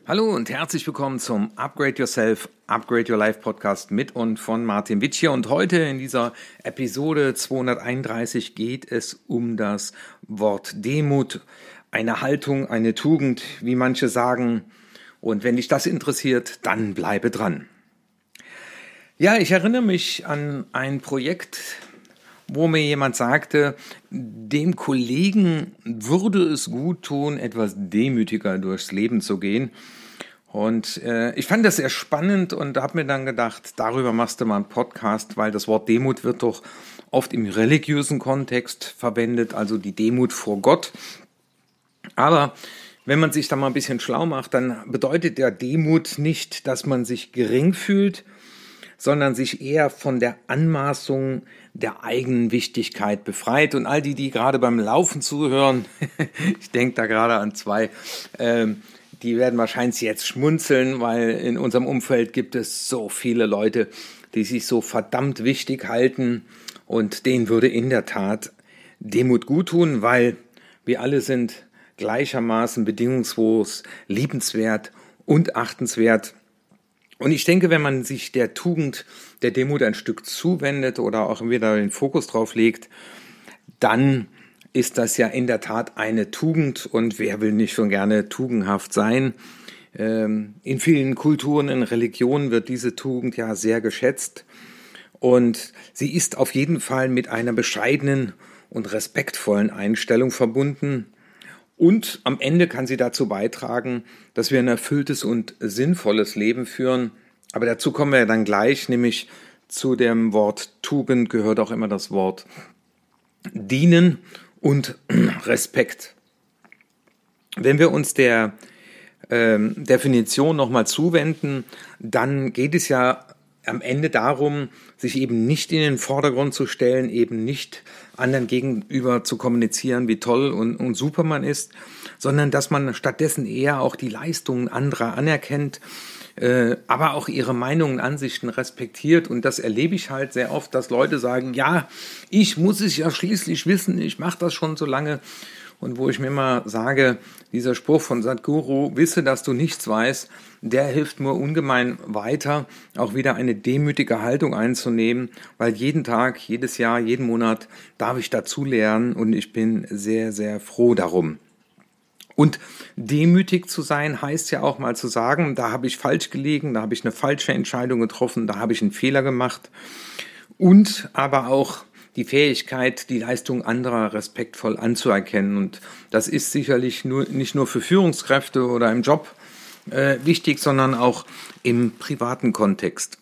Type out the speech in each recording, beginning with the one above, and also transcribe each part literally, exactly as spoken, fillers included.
Hallo und herzlich willkommen zum Upgrade Yourself, Upgrade Your Life Podcast mit und von Martin Witsch hier. Und heute in dieser Episode zweihunderteinunddreißig geht es um das Wort Demut, eine Haltung, eine Tugend, wie manche sagen. Und wenn dich das interessiert, dann bleibe dran. Ja, ich erinnere mich an ein Projekt, wo mir jemand sagte, dem Kollegen würde es gut tun, etwas demütiger durchs Leben zu gehen. Und äh, ich fand das sehr spannend und habe mir dann gedacht, darüber machst du mal einen Podcast, weil das Wort Demut wird doch oft im religiösen Kontext verwendet, also die Demut vor Gott. Aber wenn man sich da mal ein bisschen schlau macht, dann bedeutet der Demut nicht, dass man sich gering fühlt, sondern sich eher von der Anmaßung der eigenen Wichtigkeit befreit. Und all die, die gerade beim Laufen zuhören, ich denke da gerade an zwei, ähm, die werden wahrscheinlich jetzt schmunzeln, weil in unserem Umfeld gibt es so viele Leute, die sich so verdammt wichtig halten. Und denen würde in der Tat Demut guttun, weil wir alle sind gleichermaßen bedingungslos, liebenswert und achtenswert. Und ich denke, wenn man sich der Tugend der Demut ein Stück zuwendet oder auch wieder den Fokus drauf legt, dann ist das ja in der Tat eine Tugend. Und wer will nicht schon gerne tugendhaft sein? In vielen Kulturen, in Religionen wird diese Tugend ja sehr geschätzt. Und sie ist auf jeden Fall mit einer bescheidenen und respektvollen Einstellung verbunden. Und am Ende kann sie dazu beitragen, dass wir ein erfülltes und sinnvolles Leben führen. Aber dazu kommen wir dann gleich, nämlich zu dem Wort Tugend gehört auch immer das Wort Dienen und Respekt. Wenn wir uns der ähm, Definition nochmal zuwenden, dann geht es ja am Ende darum, sich eben nicht in den Vordergrund zu stellen, eben nicht anderen gegenüber zu kommunizieren, wie toll und, und super man ist, sondern dass man stattdessen eher auch die Leistungen anderer anerkennt, äh, aber auch ihre Meinungen und Ansichten respektiert. Und das erlebe ich halt sehr oft, dass Leute sagen, ja, ich muss es ja schließlich wissen, ich mache das schon so lange. Und wo ich mir immer sage, dieser Spruch von Sadhguru, wisse, dass du nichts weißt, der hilft mir ungemein weiter, auch wieder eine demütige Haltung einzunehmen, weil jeden Tag, jedes Jahr, jeden Monat darf ich dazu lernen und ich bin sehr, sehr froh darum. Und demütig zu sein heißt ja auch mal zu sagen, da habe ich falsch gelegen, da habe ich eine falsche Entscheidung getroffen, da habe ich einen Fehler gemacht und aber auch die Fähigkeit, die Leistung anderer respektvoll anzuerkennen. Und das ist sicherlich nur, nicht nur für Führungskräfte oder im Job äh, wichtig, sondern auch im privaten Kontext.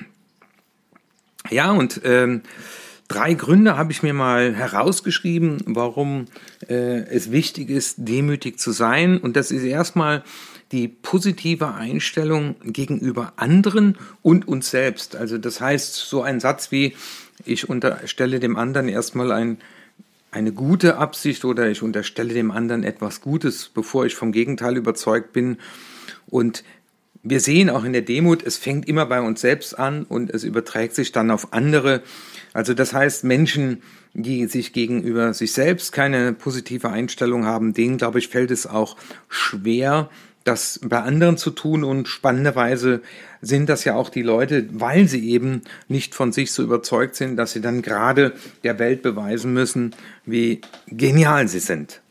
Ja, und ähm, drei Gründe habe ich mir mal herausgeschrieben, warum äh, es wichtig ist, demütig zu sein. Und das ist erstmal die positive Einstellung gegenüber anderen und uns selbst. Also das heißt, so ein Satz wie, ich unterstelle dem anderen erstmal ein, eine gute Absicht oder ich unterstelle dem anderen etwas Gutes, bevor ich vom Gegenteil überzeugt bin. Und wir sehen auch in der Demut, es fängt immer bei uns selbst an und es überträgt sich dann auf andere. Also das heißt, Menschen, die sich gegenüber sich selbst keine positive Einstellung haben, denen, glaube ich, fällt es auch schwer, das bei anderen zu tun. Und spannenderweise sind das ja auch die Leute, weil sie eben nicht von sich so überzeugt sind, dass sie dann gerade der Welt beweisen müssen, wie genial sie sind.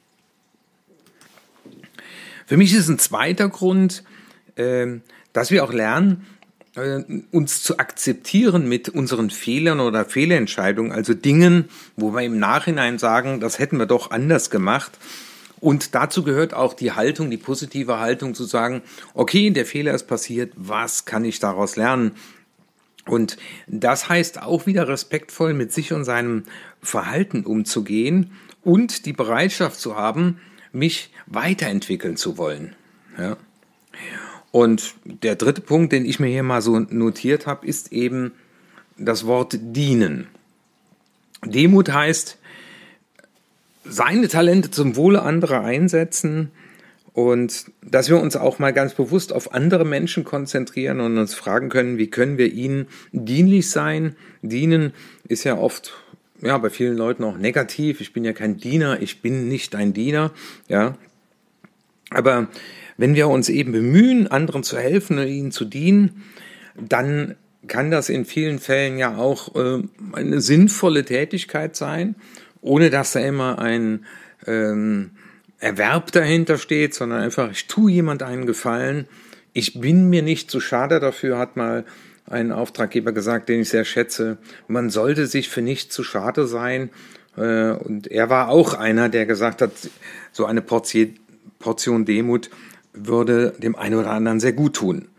Für mich ist ein zweiter Grund, dass wir auch lernen, uns zu akzeptieren mit unseren Fehlern oder Fehlentscheidungen, also Dingen, wo wir im Nachhinein sagen, das hätten wir doch anders gemacht. Und dazu gehört auch die Haltung, die positive Haltung zu sagen, okay, der Fehler ist passiert, was kann ich daraus lernen? Und das heißt auch wieder respektvoll mit sich und seinem Verhalten umzugehen und die Bereitschaft zu haben, mich weiterentwickeln zu wollen. Ja. Und der dritte Punkt, den ich mir hier mal so notiert habe, ist eben das Wort dienen. Demut heißt, seine Talente zum Wohle anderer einsetzen und dass wir uns auch mal ganz bewusst auf andere Menschen konzentrieren und uns fragen können, wie können wir ihnen dienlich sein. Dienen ist ja oft, ja, bei vielen Leuten auch negativ. Ich bin ja kein Diener, ich bin nicht ein Diener, ja. Aber wenn wir uns eben bemühen, anderen zu helfen und ihnen zu dienen, dann kann das in vielen Fällen ja auch äh, eine sinnvolle Tätigkeit sein, ohne dass da immer ein ähm, Erwerb dahinter steht, sondern einfach, ich tue jemand einen Gefallen. Ich bin mir nicht zu schade dafür, hat mal ein Auftraggeber gesagt, den ich sehr schätze. Man sollte sich für nichts zu schade sein. Äh, und er war auch einer, der gesagt hat, so eine Portion, Portion Demut würde dem einen oder anderen sehr gut tun.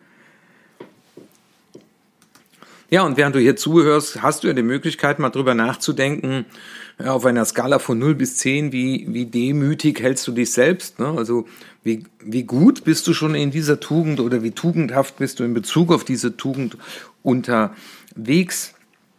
Ja, und während du hier zuhörst, hast du ja die Möglichkeit, mal drüber nachzudenken, ja, auf einer Skala von null bis zehn, wie, wie demütig hältst du dich selbst, ne? Also, wie, wie gut bist du schon in dieser Tugend oder wie tugendhaft bist du in Bezug auf diese Tugend unterwegs?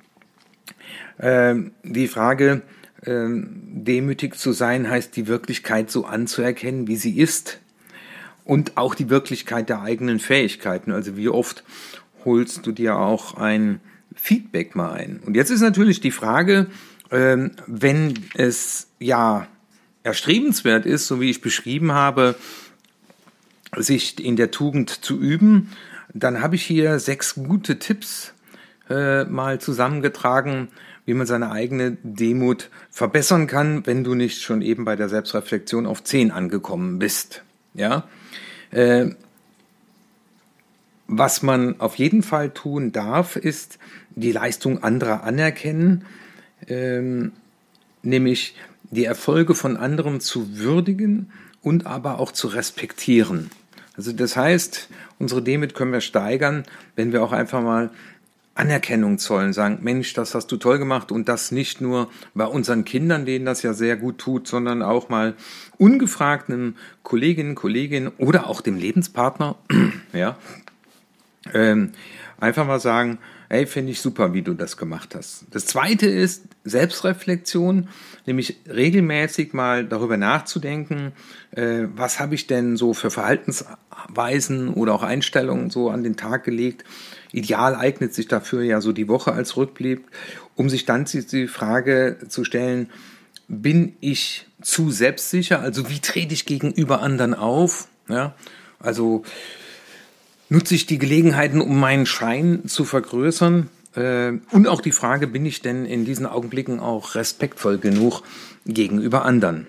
Ähm, die Frage, ähm, demütig zu sein, heißt die Wirklichkeit so anzuerkennen, wie sie ist. Und auch die Wirklichkeit der eigenen Fähigkeiten. Also, wie oft holst du dir auch ein Feedback mal ein. Und jetzt ist natürlich die Frage, ähm, wenn es ja erstrebenswert ist, so wie ich beschrieben habe, sich in der Tugend zu üben, dann habe ich hier sechs gute Tipps äh, mal zusammengetragen, wie man seine eigene Demut verbessern kann, wenn du nicht schon eben bei der Selbstreflexion auf zehn angekommen bist. Ja, äh, Was man auf jeden Fall tun darf, ist die Leistung anderer anerkennen, ähm, nämlich die Erfolge von anderen zu würdigen und aber auch zu respektieren. Also das heißt, unsere Demut können wir steigern, wenn wir auch einfach mal Anerkennung zollen, sagen, Mensch, das hast du toll gemacht, und das nicht nur bei unseren Kindern, denen das ja sehr gut tut, sondern auch mal ungefragt einem Kolleginnen, Kollegen oder auch dem Lebenspartner, ja, Ähm, einfach mal sagen, hey, finde ich super, wie du das gemacht hast. Das zweite ist Selbstreflexion, nämlich regelmäßig mal darüber nachzudenken, äh, was habe ich denn so für Verhaltensweisen oder auch Einstellungen so an den Tag gelegt. Ideal eignet sich dafür ja so die Woche als Rückblick, um sich dann die Frage zu stellen, bin ich zu selbstsicher? Also wie trete ich gegenüber anderen auf? Ja, also nutze ich die Gelegenheiten, um meinen Schein zu vergrößern? Äh, und auch die Frage, bin ich denn in diesen Augenblicken auch respektvoll genug gegenüber anderen?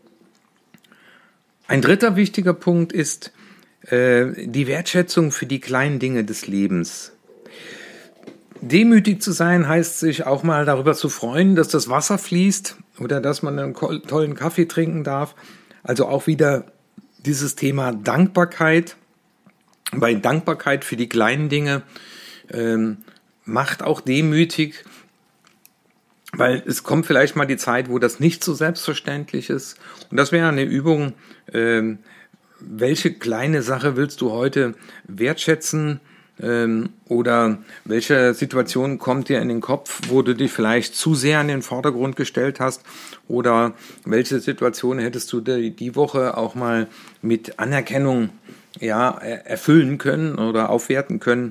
Ein dritter wichtiger Punkt ist äh, die Wertschätzung für die kleinen Dinge des Lebens. Demütig zu sein heißt, sich auch mal darüber zu freuen, dass das Wasser fließt oder dass man einen tollen Kaffee trinken darf. Also auch wieder dieses Thema Dankbarkeit. Bei Dankbarkeit für die kleinen Dinge ähm, macht auch demütig, weil es kommt vielleicht mal die Zeit, wo das nicht so selbstverständlich ist. Und das wäre eine Übung, ähm, welche kleine Sache willst du heute wertschätzen, ähm, oder welche Situation kommt dir in den Kopf, wo du dich vielleicht zu sehr in den Vordergrund gestellt hast, oder welche Situation hättest du die Woche auch mal mit Anerkennung ja, erfüllen können oder aufwerten können.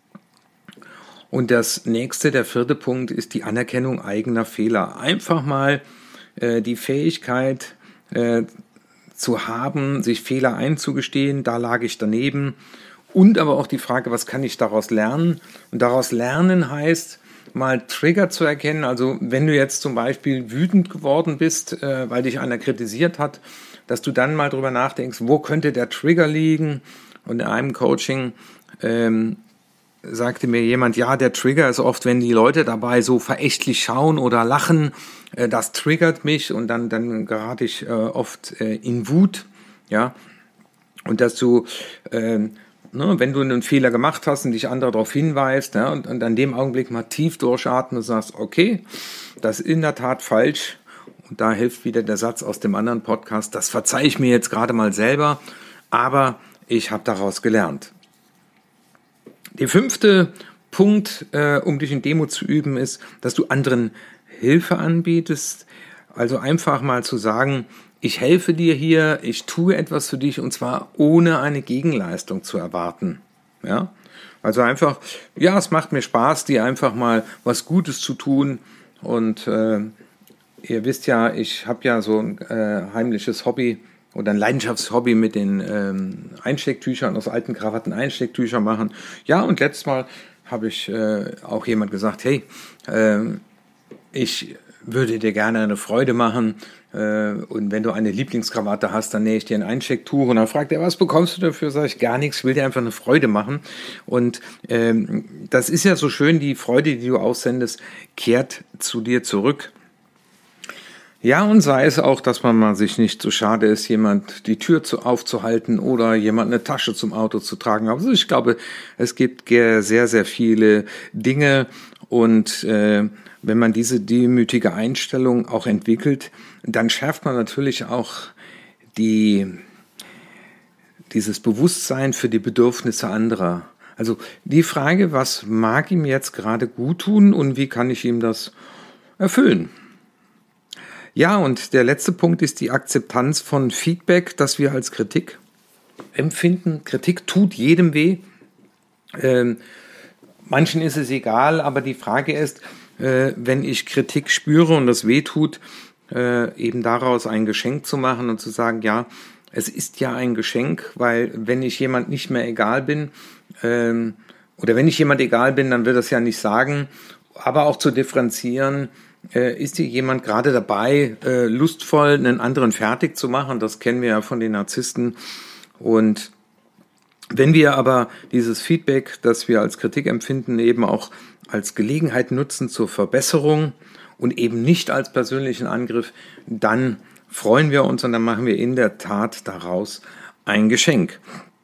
Und das nächste, der vierte Punkt, ist die Anerkennung eigener Fehler. Einfach mal äh, die Fähigkeit äh, zu haben, sich Fehler einzugestehen, da lag ich daneben. Und aber auch die Frage, was kann ich daraus lernen? Und daraus lernen heißt, mal Trigger zu erkennen. Also wenn du jetzt zum Beispiel wütend geworden bist, äh, weil dich einer kritisiert hat, dass du dann mal drüber nachdenkst, wo könnte der Trigger liegen? Und in einem Coaching ähm, sagte mir jemand, ja, der Trigger ist oft, wenn die Leute dabei so verächtlich schauen oder lachen, äh, das triggert mich, und dann, dann gerate ich äh, oft äh, in Wut, ja. Und dass du, äh, ne, wenn du einen Fehler gemacht hast und dich andere darauf hinweist, ja, und, und an dem Augenblick mal tief durchatmen und sagst, okay, das ist in der Tat falsch. Und da hilft wieder der Satz aus dem anderen Podcast, das verzeihe ich mir jetzt gerade mal selber, aber ich habe daraus gelernt. Der fünfte Punkt, äh, um dich in Demut zu üben, ist, dass du anderen Hilfe anbietest. Also einfach mal zu sagen, ich helfe dir hier, ich tue etwas für dich, und zwar ohne eine Gegenleistung zu erwarten. Ja? Also einfach, ja, es macht mir Spaß, dir einfach mal was Gutes zu tun, und äh, ihr wisst ja, ich habe ja so ein äh, heimliches Hobby, oder ein Leidenschaftshobby mit den ähm, Einstecktüchern, aus alten Krawatten Einstecktücher machen. Ja, und letztes Mal habe ich äh, auch jemand gesagt, hey, äh, ich würde dir gerne eine Freude machen äh, und wenn du eine Lieblingskrawatte hast, dann nähe ich dir ein Einstecktuch und dann fragt er, was bekommst du dafür? Sag ich, gar nichts, ich will dir einfach eine Freude machen und ähm, das ist ja so schön, die Freude, die du aussendest, kehrt zu dir zurück. Ja, und sei es auch, dass man mal sich nicht so schade ist, jemand die Tür zu, aufzuhalten oder jemand eine Tasche zum Auto zu tragen. Also ich glaube, es gibt sehr, sehr viele Dinge und äh, wenn man diese demütige Einstellung auch entwickelt, dann schärft man natürlich auch die, dieses Bewusstsein für die Bedürfnisse anderer. Also die Frage, was mag ihm jetzt gerade gut tun und wie kann ich ihm das erfüllen? Ja, und der letzte Punkt ist die Akzeptanz von Feedback, das wir als Kritik empfinden. Kritik tut jedem weh. Ähm, manchen ist es egal, aber die Frage ist, äh, wenn ich Kritik spüre und das weh tut, äh, eben daraus ein Geschenk zu machen und zu sagen, ja, es ist ja ein Geschenk, weil wenn ich jemand nicht mehr egal bin, ähm, oder wenn ich jemand egal bin, dann wird das ja nicht sagen, aber auch zu differenzieren, ist hier jemand gerade dabei, lustvoll einen anderen fertig zu machen? Das kennen wir ja von den Narzissten. Und wenn wir aber dieses Feedback, das wir als Kritik empfinden, eben auch als Gelegenheit nutzen zur Verbesserung und eben nicht als persönlichen Angriff, dann freuen wir uns und dann machen wir in der Tat daraus ein Geschenk.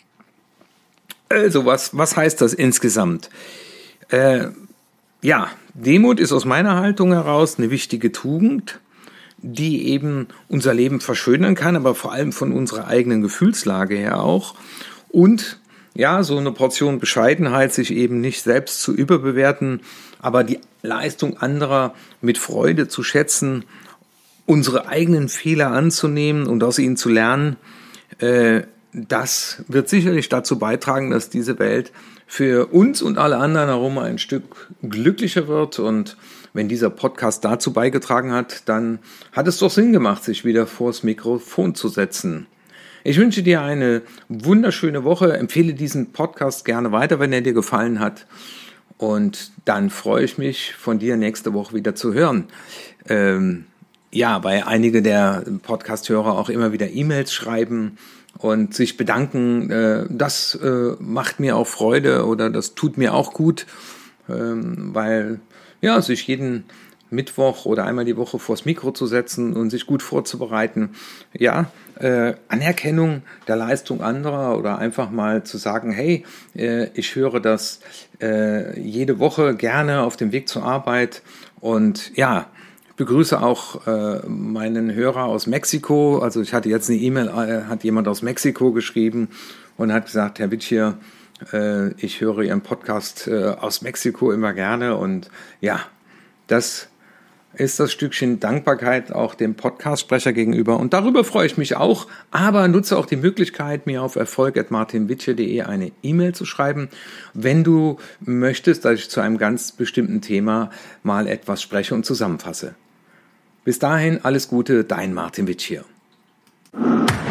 Also was, was heißt das insgesamt? Äh, ja, Demut ist aus meiner Haltung heraus eine wichtige Tugend, die eben unser Leben verschönern kann, aber vor allem von unserer eigenen Gefühlslage her auch. Und ja, so eine Portion Bescheidenheit, sich eben nicht selbst zu überbewerten, aber die Leistung anderer mit Freude zu schätzen, unsere eigenen Fehler anzunehmen und aus ihnen zu lernen, äh, das wird sicherlich dazu beitragen, dass diese Welt für uns und alle anderen herum ein Stück glücklicher wird. Und wenn dieser Podcast dazu beigetragen hat, dann hat es doch Sinn gemacht, sich wieder vors Mikrofon zu setzen. Ich wünsche dir eine wunderschöne Woche, empfehle diesen Podcast gerne weiter, wenn er dir gefallen hat. Und dann freue ich mich, von dir nächste Woche wieder zu hören. Ähm, ja, weil einige der Podcast-Hörer auch immer wieder E-Mails schreiben und sich bedanken, äh, das äh, macht mir auch Freude oder das tut mir auch gut, ähm, weil ja, sich jeden Mittwoch oder einmal die Woche vors Mikro zu setzen und sich gut vorzubereiten, ja, äh, Anerkennung der Leistung anderer oder einfach mal zu sagen, hey, äh, ich höre das äh, jede Woche gerne auf dem Weg zur Arbeit und ja, begrüße auch äh, meinen Hörer aus Mexiko. Also ich hatte jetzt eine E-Mail, äh, hat jemand aus Mexiko geschrieben und hat gesagt, Herr Witschier, äh, ich höre Ihren Podcast äh, aus Mexiko immer gerne. Und ja, das ist das Stückchen Dankbarkeit auch dem Podcast-Sprecher gegenüber. Und darüber freue ich mich auch, aber nutze auch die Möglichkeit, mir auf erfolg at martin witschier punkt de eine E-Mail zu schreiben, wenn du möchtest, dass ich zu einem ganz bestimmten Thema mal etwas spreche und zusammenfasse. Bis dahin, alles Gute, dein Martin Witschier.